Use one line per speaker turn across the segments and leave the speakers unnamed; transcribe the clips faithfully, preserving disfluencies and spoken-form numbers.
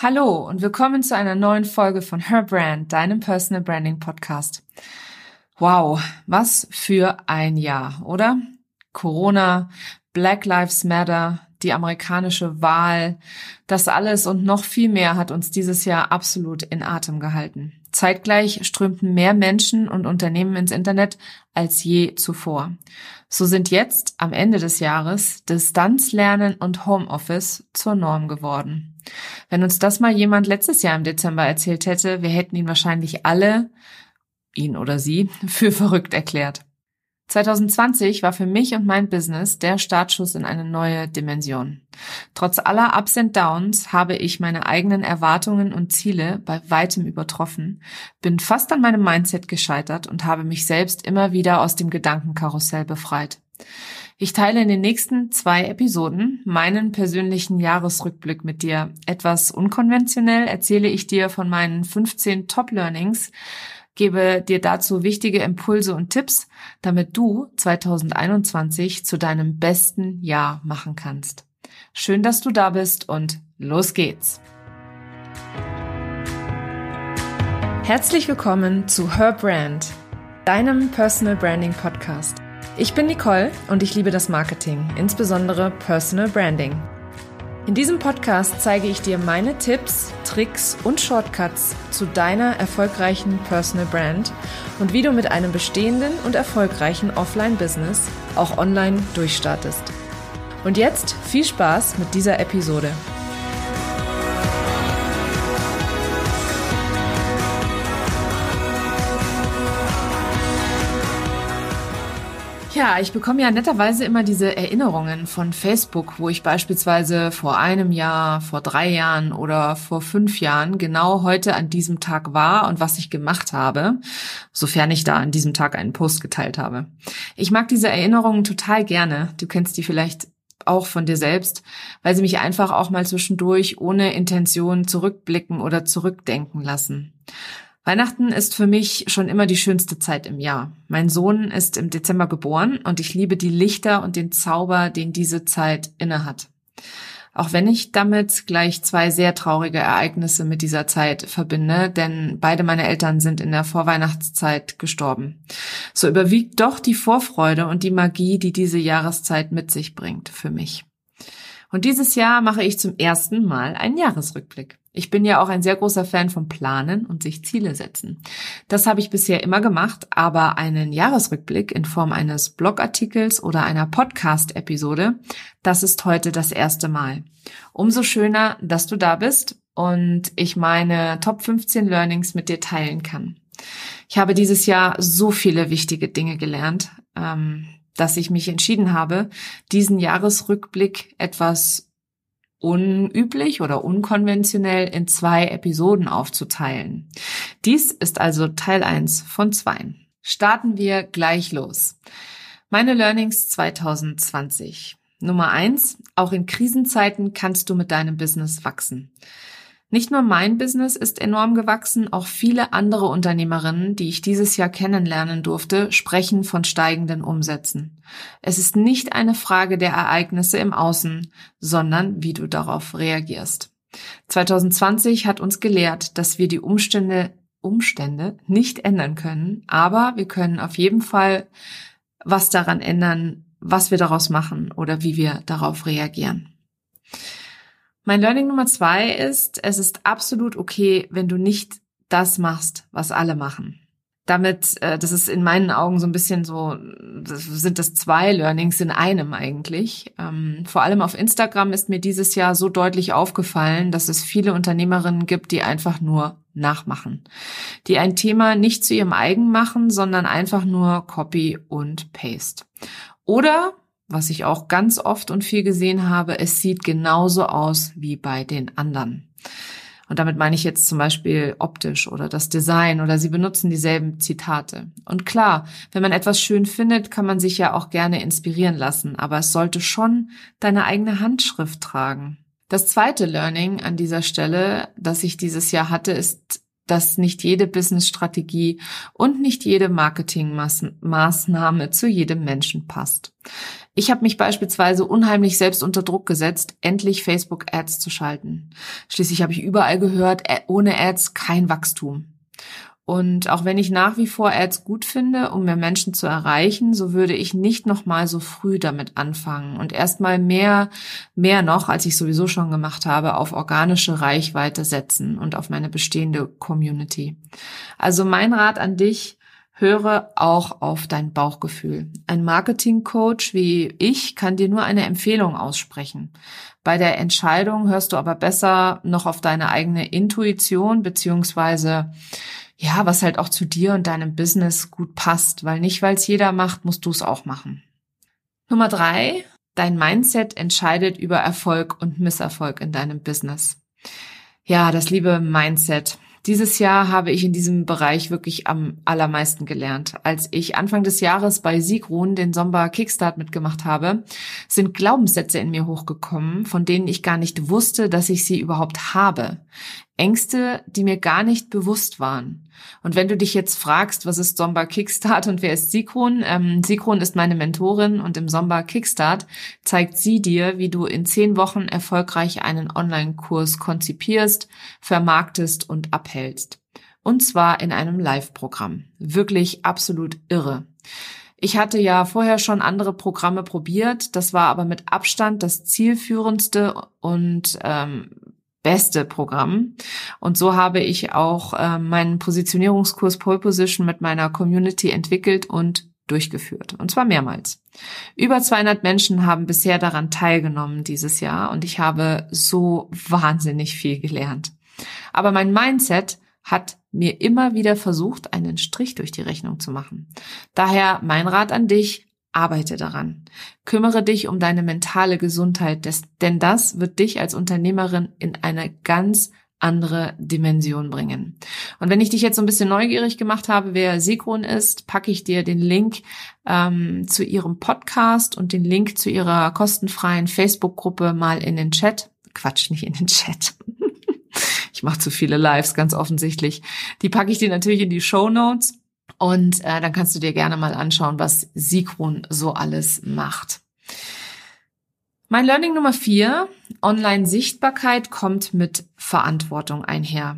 Hallo und willkommen zu einer neuen Folge von Her Brand, deinem Personal Branding Podcast. Wow, was für ein Jahr, oder? Corona, Black Lives Matter, die amerikanische Wahl, das alles und noch viel mehr hat uns dieses Jahr absolut in Atem gehalten. Zeitgleich strömten mehr Menschen und Unternehmen ins Internet als je zuvor. So sind jetzt am Ende des Jahres Distanzlernen und Homeoffice zur Norm geworden. Wenn uns das mal jemand letztes Jahr im Dezember erzählt hätte, wir hätten ihn wahrscheinlich alle, ihn oder sie, für verrückt erklärt. zwanzig zwanzig war für mich und mein Business der Startschuss in eine neue Dimension. Trotz aller Ups und Downs habe ich meine eigenen Erwartungen und Ziele bei weitem übertroffen, bin fast an meinem Mindset gescheitert und habe mich selbst immer wieder aus dem Gedankenkarussell befreit. Ich teile in den nächsten zwei Episoden meinen persönlichen Jahresrückblick mit dir. Etwas unkonventionell erzähle ich dir von meinen fünfzehn Top-Learnings, gebe dir dazu wichtige Impulse und Tipps, damit du zwanzig einundzwanzig zu deinem besten Jahr machen kannst. Schön, dass du da bist und los geht's! Herzlich willkommen zu Her Brand, deinem Personal Branding Podcast. Ich bin Nicole und ich liebe das Marketing, insbesondere Personal Branding. In diesem Podcast zeige ich dir meine Tipps, Tricks und Shortcuts zu deiner erfolgreichen Personal Brand und wie du mit einem bestehenden und erfolgreichen Offline-Business auch online durchstartest. Und jetzt viel Spaß mit dieser Episode. Ja, ich bekomme ja netterweise immer diese Erinnerungen von Facebook, wo ich beispielsweise vor einem Jahr, vor drei Jahren oder vor fünf Jahren genau heute an diesem Tag war und was ich gemacht habe, sofern ich da an diesem Tag einen Post geteilt habe. Ich mag diese Erinnerungen total gerne. Du kennst die vielleicht auch von dir selbst, weil sie mich einfach auch mal zwischendurch ohne Intention zurückblicken oder zurückdenken lassen. Weihnachten ist für mich schon immer die schönste Zeit im Jahr. Mein Sohn ist im Dezember geboren und ich liebe die Lichter und den Zauber, den diese Zeit innehat. Auch wenn ich damit gleich zwei sehr traurige Ereignisse mit dieser Zeit verbinde, denn beide meine Eltern sind in der Vorweihnachtszeit gestorben. So überwiegt doch die Vorfreude und die Magie, die diese Jahreszeit mit sich bringt für mich. Und dieses Jahr mache ich zum ersten Mal einen Jahresrückblick. Ich bin ja auch ein sehr großer Fan vom Planen und sich Ziele setzen. Das habe ich bisher immer gemacht, aber einen Jahresrückblick in Form eines Blogartikels oder einer Podcast-Episode, das ist heute das erste Mal. Umso schöner, dass du da bist und ich meine Top fünfzehn Learnings mit dir teilen kann. Ich habe dieses Jahr so viele wichtige Dinge gelernt, ähm, dass ich mich entschieden habe, diesen Jahresrückblick etwas unüblich oder unkonventionell in zwei Episoden aufzuteilen. Dies ist also Teil eins von zwei. Starten wir gleich los. Meine Learnings zwanzig zwanzig. Nummer eins, auch in Krisenzeiten kannst du mit deinem Business wachsen. Nicht nur mein Business ist enorm gewachsen, auch viele andere Unternehmerinnen, die ich dieses Jahr kennenlernen durfte, sprechen von steigenden Umsätzen. Es ist nicht eine Frage der Ereignisse im Außen, sondern wie du darauf reagierst. zwanzig zwanzig hat uns gelehrt, dass wir die Umstände, Umstände nicht ändern können, aber wir können auf jeden Fall was daran ändern, was wir daraus machen oder wie wir darauf reagieren. Mein Learning Nummer zwei ist, es ist absolut okay, wenn du nicht das machst, was alle machen. Damit, äh, das ist in meinen Augen so ein bisschen so, das sind das zwei Learnings in einem eigentlich. Ähm, vor allem auf Instagram ist mir dieses Jahr so deutlich aufgefallen, dass es viele Unternehmerinnen gibt, die einfach nur nachmachen. Die ein Thema nicht zu ihrem eigen machen, sondern einfach nur Copy und Paste. Oder was ich auch ganz oft und viel gesehen habe, es sieht genauso aus wie bei den anderen. Und damit meine ich jetzt zum Beispiel optisch oder das Design oder sie benutzen dieselben Zitate. Und klar, wenn man etwas schön findet, kann man sich ja auch gerne inspirieren lassen, aber es sollte schon deine eigene Handschrift tragen. Das zweite Learning an dieser Stelle, das ich dieses Jahr hatte, ist dass nicht jede Business-Strategie und nicht jede Marketingmaßnahme zu jedem Menschen passt. Ich habe mich beispielsweise unheimlich selbst unter Druck gesetzt, endlich Facebook-Ads zu schalten. Schließlich habe ich überall gehört, ohne Ads kein Wachstum. Und auch wenn ich nach wie vor Ads gut finde, um mehr Menschen zu erreichen, so würde ich nicht nochmal so früh damit anfangen und erstmal mehr, mehr noch, als ich sowieso schon gemacht habe, auf organische Reichweite setzen und auf meine bestehende Community. Also mein Rat an dich: Höre auch auf dein Bauchgefühl. Ein Marketing-Coach wie ich kann dir nur eine Empfehlung aussprechen. Bei der Entscheidung hörst du aber besser noch auf deine eigene Intuition, beziehungsweise ja, was halt auch zu dir und deinem Business gut passt, weil nicht, weil es jeder macht, musst du es auch machen. Nummer drei, dein Mindset entscheidet über Erfolg und Misserfolg in deinem Business. Ja, das liebe Mindset. Dieses Jahr habe ich in diesem Bereich wirklich am allermeisten gelernt. Als ich Anfang des Jahres bei Sigrun den Somba Kickstart mitgemacht habe, sind Glaubenssätze in mir hochgekommen, von denen ich gar nicht wusste, dass ich sie überhaupt habe. Ängste, die mir gar nicht bewusst waren. Und wenn du dich jetzt fragst, was ist Somba Kickstart und wer ist Sigrun? Ähm, Sigrun ist meine Mentorin und im Somba Kickstart zeigt sie dir, wie du in zehn Wochen erfolgreich einen Online-Kurs konzipierst, vermarktest und abhältst. Und zwar in einem Live-Programm. Wirklich absolut irre. Ich hatte ja vorher schon andere Programme probiert, das war aber mit Abstand das zielführendste und ähm, beste Programm. Und so habe ich auch äh, meinen Positionierungskurs Pole Position mit meiner Community entwickelt und durchgeführt. Und zwar mehrmals. Über zweihundert Menschen haben bisher daran teilgenommen dieses Jahr und ich habe so wahnsinnig viel gelernt. Aber mein Mindset hat mir immer wieder versucht, einen Strich durch die Rechnung zu machen. Daher mein Rat an dich: Arbeite daran. Kümmere dich um deine mentale Gesundheit, denn das wird dich als Unternehmerin in eine ganz andere Dimension bringen. Und wenn ich dich jetzt so ein bisschen neugierig gemacht habe, wer Sigrun ist, packe ich dir den Link ähm, zu ihrem Podcast und den Link zu ihrer kostenfreien Facebook-Gruppe mal in den Chat. Quatsch, nicht in den Chat. Ich mache zu viele Lives, ganz offensichtlich. Die packe ich dir natürlich in die Shownotes. Und äh, dann kannst du dir gerne mal anschauen, was Sigrun so alles macht. Mein Learning Nummer vier: Online-Sichtbarkeit kommt mit Verantwortung einher.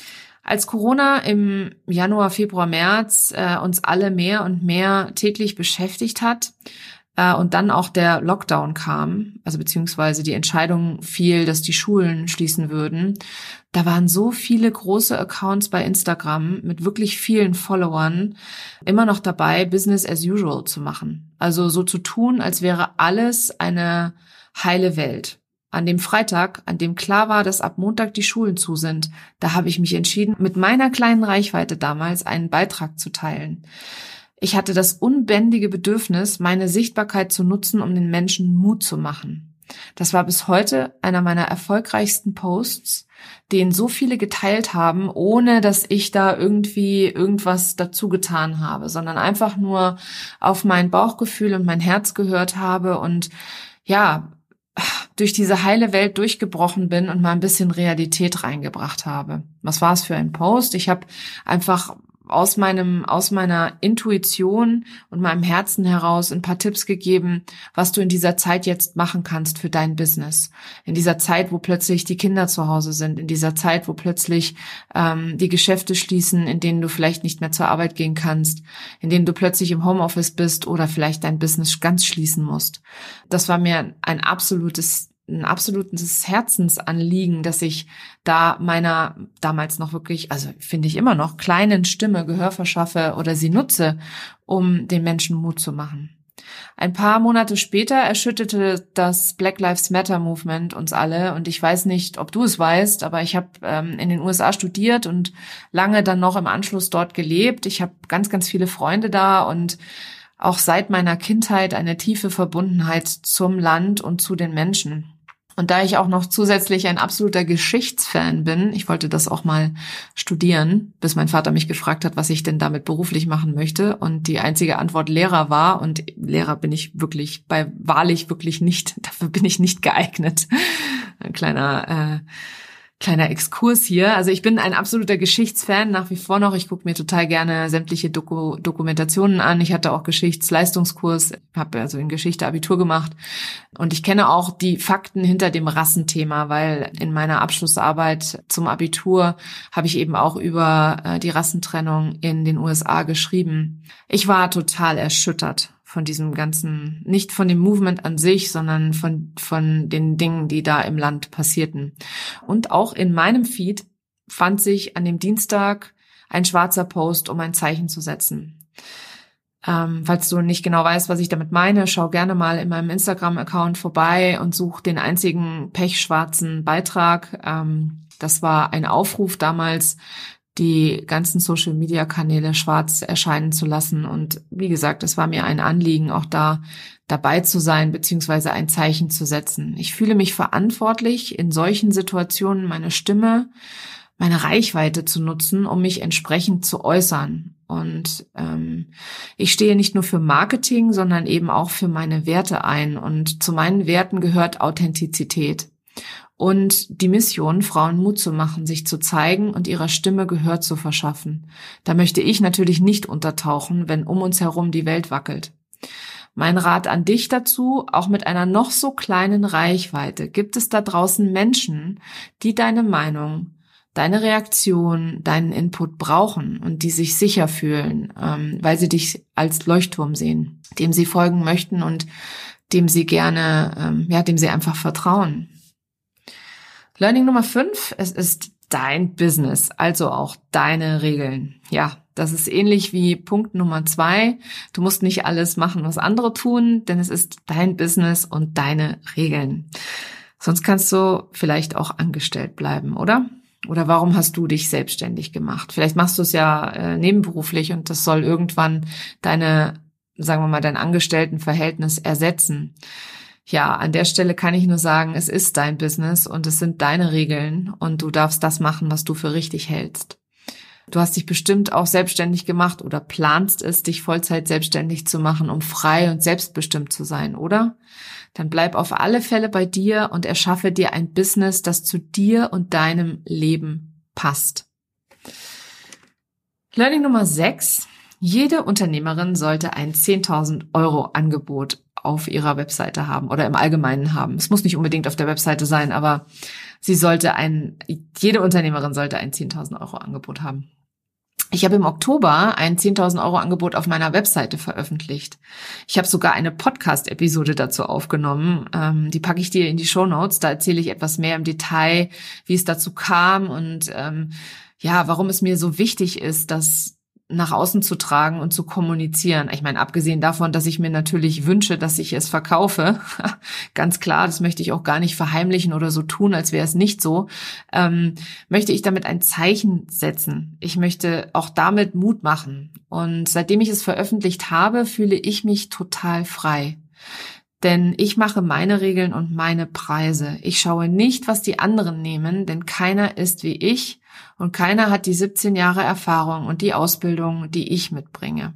Als Corona im Januar, Februar, März äh, uns alle mehr und mehr täglich beschäftigt hat, und dann auch der Lockdown kam, also beziehungsweise die Entscheidung fiel, dass die Schulen schließen würden, da waren so viele große Accounts bei Instagram mit wirklich vielen Followern immer noch dabei, Business as usual zu machen. Also so zu tun, als wäre alles eine heile Welt. An dem Freitag, an dem klar war, dass ab Montag die Schulen zu sind, da habe ich mich entschieden, mit meiner kleinen Reichweite damals einen Beitrag zu teilen. Ich hatte das unbändige Bedürfnis, meine Sichtbarkeit zu nutzen, um den Menschen Mut zu machen. Das war bis heute einer meiner erfolgreichsten Posts, den so viele geteilt haben, ohne dass ich da irgendwie irgendwas dazu getan habe, sondern einfach nur auf mein Bauchgefühl und mein Herz gehört habe und ja, durch diese heile Welt durchgebrochen bin und mal ein bisschen Realität reingebracht habe. Was war es für ein Post? Ich habe einfach aus meinem, aus meiner Intuition und meinem Herzen heraus ein paar Tipps gegeben, was du in dieser Zeit jetzt machen kannst für dein Business. In dieser Zeit, wo plötzlich die Kinder zu Hause sind, in dieser Zeit, wo plötzlich ähm, die Geschäfte schließen, in denen du vielleicht nicht mehr zur Arbeit gehen kannst, in denen du plötzlich im Homeoffice bist oder vielleicht dein Business ganz schließen musst. Das war mir ein absolutes ein absolutes Herzensanliegen, dass ich da meiner damals noch wirklich, also finde ich immer noch, kleinen Stimme Gehör verschaffe oder sie nutze, um den Menschen Mut zu machen. Ein paar Monate später erschütterte das Black Lives Matter Movement uns alle und ich weiß nicht, ob du es weißt, aber ich habe ähm, in den U S A studiert und lange dann noch im Anschluss dort gelebt. Ich habe ganz, ganz viele Freunde da und auch seit meiner Kindheit eine tiefe Verbundenheit zum Land und zu den Menschen. Und da ich auch noch zusätzlich ein absoluter Geschichtsfan bin, ich wollte das auch mal studieren, bis mein Vater mich gefragt hat, was ich denn damit beruflich machen möchte. Und die einzige Antwort Lehrer war, und Lehrer bin ich wirklich, bei wahrlich wirklich nicht, dafür bin ich nicht geeignet. Ein kleiner, äh, Kleiner Exkurs hier. Also ich bin ein absoluter Geschichtsfan nach wie vor noch. Ich gucke mir total gerne sämtliche Doku- Dokumentationen an. Ich hatte auch Geschichtsleistungskurs, habe also in Geschichte Abitur gemacht. Und ich kenne auch die Fakten hinter dem Rassenthema, weil in meiner Abschlussarbeit zum Abitur habe ich eben auch über äh, die Rassentrennung in den U S A geschrieben. Ich war total erschüttert von diesem ganzen, nicht von dem Movement an sich, sondern von, von den Dingen, die da im Land passierten. Und auch in meinem Feed fand sich an dem Dienstag ein schwarzer Post, um ein Zeichen zu setzen. Ähm, falls du nicht genau weißt, was ich damit meine, schau gerne mal in meinem Instagram-Account vorbei und such den einzigen pechschwarzen Beitrag. Ähm, das war ein Aufruf damals, die ganzen Social-Media-Kanäle schwarz erscheinen zu lassen. Und wie gesagt, es war mir ein Anliegen, auch da dabei zu sein, beziehungsweise ein Zeichen zu setzen. Ich fühle mich verantwortlich, in solchen Situationen meine Stimme, meine Reichweite zu nutzen, um mich entsprechend zu äußern. Und ähm, ich stehe nicht nur für Marketing, sondern eben auch für meine Werte ein. Und zu meinen Werten gehört Authentizität. Und die Mission, Frauen Mut zu machen, sich zu zeigen und ihrer Stimme Gehör zu verschaffen. Da möchte ich natürlich nicht untertauchen, wenn um uns herum die Welt wackelt. Mein Rat an dich dazu, auch mit einer noch so kleinen Reichweite, gibt es da draußen Menschen, die deine Meinung, deine Reaktion, deinen Input brauchen und die sich sicher fühlen, ähm, weil sie dich als Leuchtturm sehen, dem sie folgen möchten und dem sie gerne, ähm, ja, dem sie einfach vertrauen. Learning Nummer fünf, es ist dein Business, also auch deine Regeln. Ja, das ist ähnlich wie Punkt Nummer zwei. Du musst nicht alles machen, was andere tun, denn es ist dein Business und deine Regeln. Sonst kannst du vielleicht auch angestellt bleiben, oder? Oder warum hast du dich selbstständig gemacht? Vielleicht machst du es ja äh, nebenberuflich und das soll irgendwann deine, sagen wir mal, dein Angestelltenverhältnis ersetzen. Ja, an der Stelle kann ich nur sagen, es ist dein Business und es sind deine Regeln und du darfst das machen, was du für richtig hältst. Du hast dich bestimmt auch selbstständig gemacht oder planst es, dich Vollzeit selbstständig zu machen, um frei und selbstbestimmt zu sein, oder? Dann bleib auf alle Fälle bei dir und erschaffe dir ein Business, das zu dir und deinem Leben passt. Learning Nummer sechs. Jede Unternehmerin sollte ein zehntausend Euro Angebot auf ihrer Webseite haben oder im Allgemeinen haben. Es muss nicht unbedingt auf der Webseite sein, aber sie sollte ein, jede Unternehmerin sollte ein zehntausend Euro Angebot haben. Ich habe im Oktober ein zehntausend Euro Angebot auf meiner Webseite veröffentlicht. Ich habe sogar eine Podcast-Episode dazu aufgenommen. Ähm, die packe ich dir in die Shownotes. Da erzähle ich etwas mehr im Detail, wie es dazu kam und ähm, ja, warum es mir so wichtig ist, dass nach außen zu tragen und zu kommunizieren. Ich meine, abgesehen davon, dass ich mir natürlich wünsche, dass ich es verkaufe, ganz klar, das möchte ich auch gar nicht verheimlichen oder so tun, als wäre es nicht so, ähm, möchte ich damit ein Zeichen setzen. Ich möchte auch damit Mut machen. Und seitdem ich es veröffentlicht habe, fühle ich mich total frei. Denn ich mache meine Regeln und meine Preise. Ich schaue nicht, was die anderen nehmen, denn keiner ist wie ich und keiner hat die siebzehn Jahre Erfahrung und die Ausbildung, die ich mitbringe.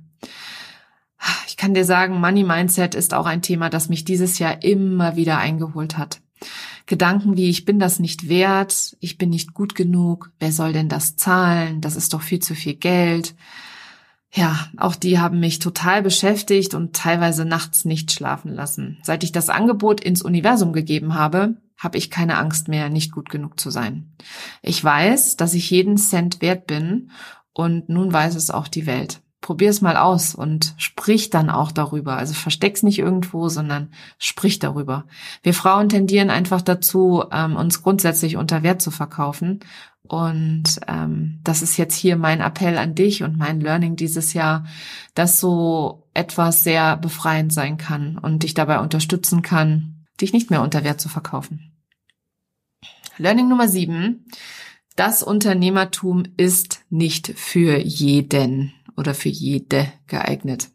Ich kann dir sagen, Money Mindset ist auch ein Thema, das mich dieses Jahr immer wieder eingeholt hat. Gedanken wie, ich bin das nicht wert, ich bin nicht gut genug, wer soll denn das zahlen, das ist doch viel zu viel Geld. Ja, auch die haben mich total beschäftigt und teilweise nachts nicht schlafen lassen. Seit ich das Angebot ins Universum gegeben habe, habe ich keine Angst mehr, nicht gut genug zu sein. Ich weiß, dass ich jeden Cent wert bin und nun weiß es auch die Welt. Probier es mal aus und sprich dann auch darüber. Also versteck's nicht irgendwo, sondern sprich darüber. Wir Frauen tendieren einfach dazu, uns grundsätzlich unter Wert zu verkaufen. Und ähm, das ist jetzt hier mein Appell an dich und mein Learning dieses Jahr, dass so etwas sehr befreiend sein kann und dich dabei unterstützen kann, dich nicht mehr unter Wert zu verkaufen. Learning Nummer sieben. Das Unternehmertum ist nicht für jeden oder für jede geeignet.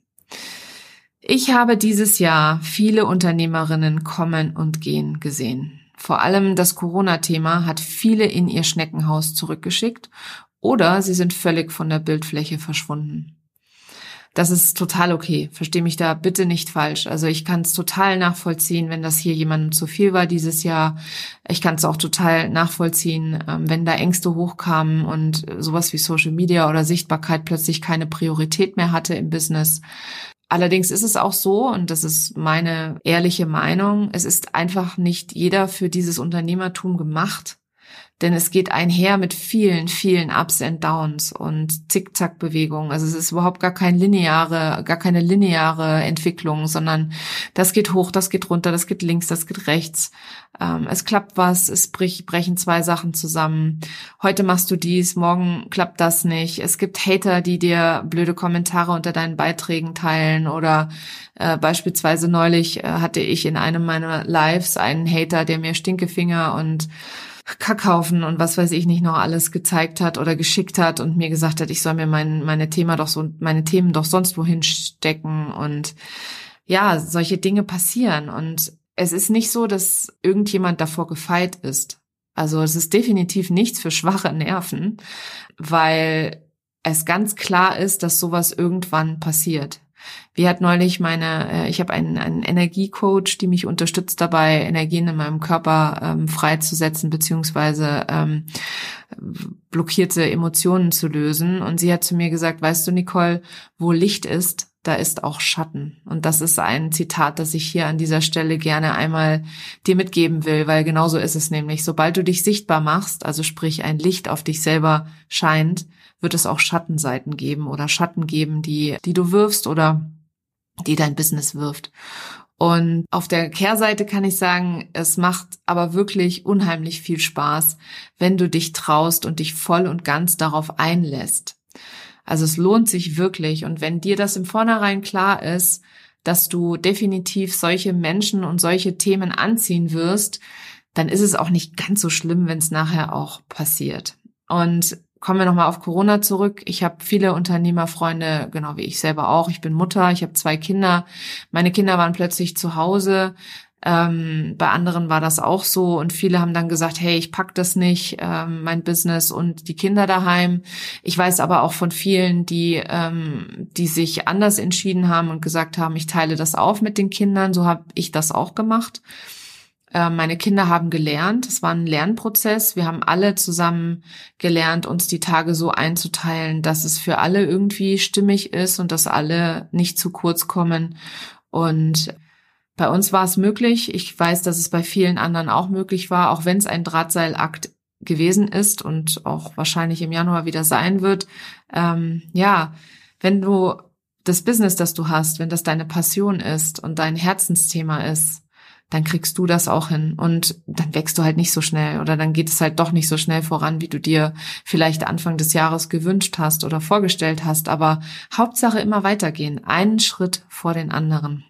Ich habe dieses Jahr viele Unternehmerinnen kommen und gehen gesehen. Vor allem das Corona-Thema hat viele in ihr Schneckenhaus zurückgeschickt oder sie sind völlig von der Bildfläche verschwunden. Das ist total okay. Versteh mich da bitte nicht falsch. Also ich kann es total nachvollziehen, wenn das hier jemandem zu viel war dieses Jahr. Ich kann es auch total nachvollziehen, wenn da Ängste hochkamen und sowas wie Social Media oder Sichtbarkeit plötzlich keine Priorität mehr hatte im Business. Allerdings ist es auch so, und das ist meine ehrliche Meinung, es ist einfach nicht jeder für dieses Unternehmertum gemacht. Denn es geht einher mit vielen, vielen Ups and Downs und Zickzack-Bewegungen. Also es ist überhaupt gar kein lineare, gar keine lineare Entwicklung, sondern das geht hoch, das geht runter, das geht links, das geht rechts. Ähm, es klappt was, es brich, brechen zwei Sachen zusammen. Heute machst du dies, morgen klappt das nicht. Es gibt Hater, die dir blöde Kommentare unter deinen Beiträgen teilen oder äh, beispielsweise neulich äh, hatte ich in einem meiner Lives einen Hater, der mir Stinkefinger und Kackhaufen und was weiß ich nicht noch alles gezeigt hat oder geschickt hat und mir gesagt hat, ich soll mir mein, meine Thema doch so, meine Themen doch sonst wohin stecken und ja, solche Dinge passieren und es ist nicht so, dass irgendjemand davor gefeit ist. Also es ist definitiv nichts für schwache Nerven, weil es ganz klar ist, dass sowas irgendwann passiert. Wie hat neulich meine, ich habe einen, einen Energiecoach, die mich unterstützt dabei, Energien in meinem Körper ähm, freizusetzen beziehungsweise ähm, blockierte Emotionen zu lösen. Und sie hat zu mir gesagt, weißt du, Nicole, wo Licht ist, da ist auch Schatten. Und das ist ein Zitat, das ich hier an dieser Stelle gerne einmal dir mitgeben will, weil genauso ist es nämlich. Sobald du dich sichtbar machst, also sprich ein Licht auf dich selber scheint, wird es auch Schattenseiten geben oder Schatten geben, die, die du wirfst oder die dein Business wirft. Und auf der Kehrseite kann ich sagen, es macht aber wirklich unheimlich viel Spaß, wenn du dich traust und dich voll und ganz darauf einlässt. Also es lohnt sich wirklich. Und wenn dir das im Vornherein klar ist, dass du definitiv solche Menschen und solche Themen anziehen wirst, dann ist es auch nicht ganz so schlimm, wenn es nachher auch passiert. Und kommen wir nochmal auf Corona zurück. Ich habe viele Unternehmerfreunde, genau wie ich selber auch. Ich bin Mutter, ich habe zwei Kinder. Meine Kinder waren plötzlich zu Hause. Ähm, bei anderen war das auch so. Und viele haben dann gesagt, hey, ich pack das nicht, ähm, mein Business und die Kinder daheim. Ich weiß aber auch von vielen, die ähm, die sich anders entschieden haben und gesagt haben, ich teile das auf mit den Kindern. So habe ich das auch gemacht. Meine Kinder haben gelernt, es war ein Lernprozess. Wir haben alle zusammen gelernt, uns die Tage so einzuteilen, dass es für alle irgendwie stimmig ist und dass alle nicht zu kurz kommen. Und bei uns war es möglich. Ich weiß, dass es bei vielen anderen auch möglich war, auch wenn es ein Drahtseilakt gewesen ist und auch wahrscheinlich im Januar wieder sein wird. Ähm, ja, wenn du das Business, das du hast, wenn das deine Passion ist und dein Herzensthema ist, dann kriegst du das auch hin und dann wächst du halt nicht so schnell oder dann geht es halt doch nicht so schnell voran, wie du dir vielleicht Anfang des Jahres gewünscht hast oder vorgestellt hast, aber Hauptsache immer weitergehen, einen Schritt vor den anderen.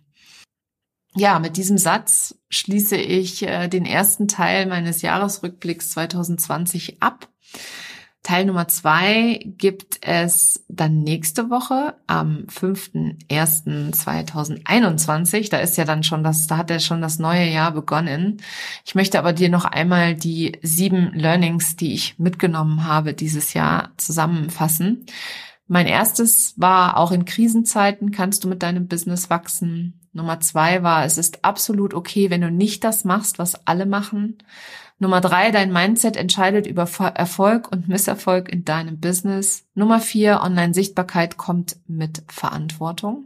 Ja, mit diesem Satz schließe ich äh, den ersten Teil meines Jahresrückblicks zwanzig zwanzig ab. Teil Nummer zwei gibt es dann nächste Woche am fünften ersten zweitausendeinundzwanzig. Da ist ja dann schon das, da hat ja schon das neue Jahr begonnen. Ich möchte aber dir noch einmal die sieben Learnings, die ich mitgenommen habe dieses Jahr, zusammenfassen. Mein erstes war, auch in Krisenzeiten kannst du mit deinem Business wachsen. Nummer zwei war, es ist absolut okay, wenn du nicht das machst, was alle machen. Nummer drei, dein Mindset entscheidet über Erfolg und Misserfolg in deinem Business. Nummer vier, Online-Sichtbarkeit kommt mit Verantwortung.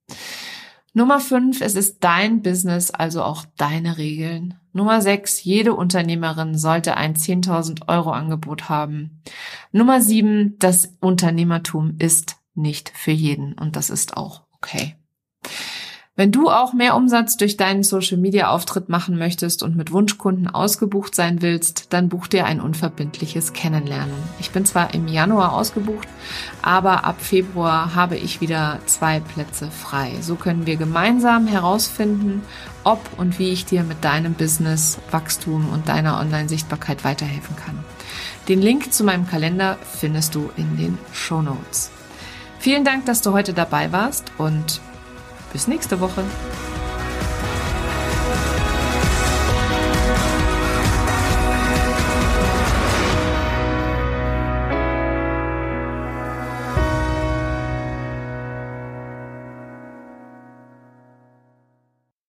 Nummer fünf, es ist dein Business, also auch deine Regeln. Nummer sechs, jede Unternehmerin sollte ein zehntausend Euro Angebot haben. Nummer sieben, das Unternehmertum ist nicht für jeden und das ist auch okay. Wenn du auch mehr Umsatz durch deinen Social-Media-Auftritt machen möchtest und mit Wunschkunden ausgebucht sein willst, dann buch dir ein unverbindliches Kennenlernen. Ich bin zwar im Januar ausgebucht, aber ab Februar habe ich wieder zwei Plätze frei. So können wir gemeinsam herausfinden, ob und wie ich dir mit deinem Business, Wachstum und deiner Online-Sichtbarkeit weiterhelfen kann. Den Link zu meinem Kalender findest du in den Shownotes. Vielen Dank, dass du heute dabei warst und bis nächste Woche.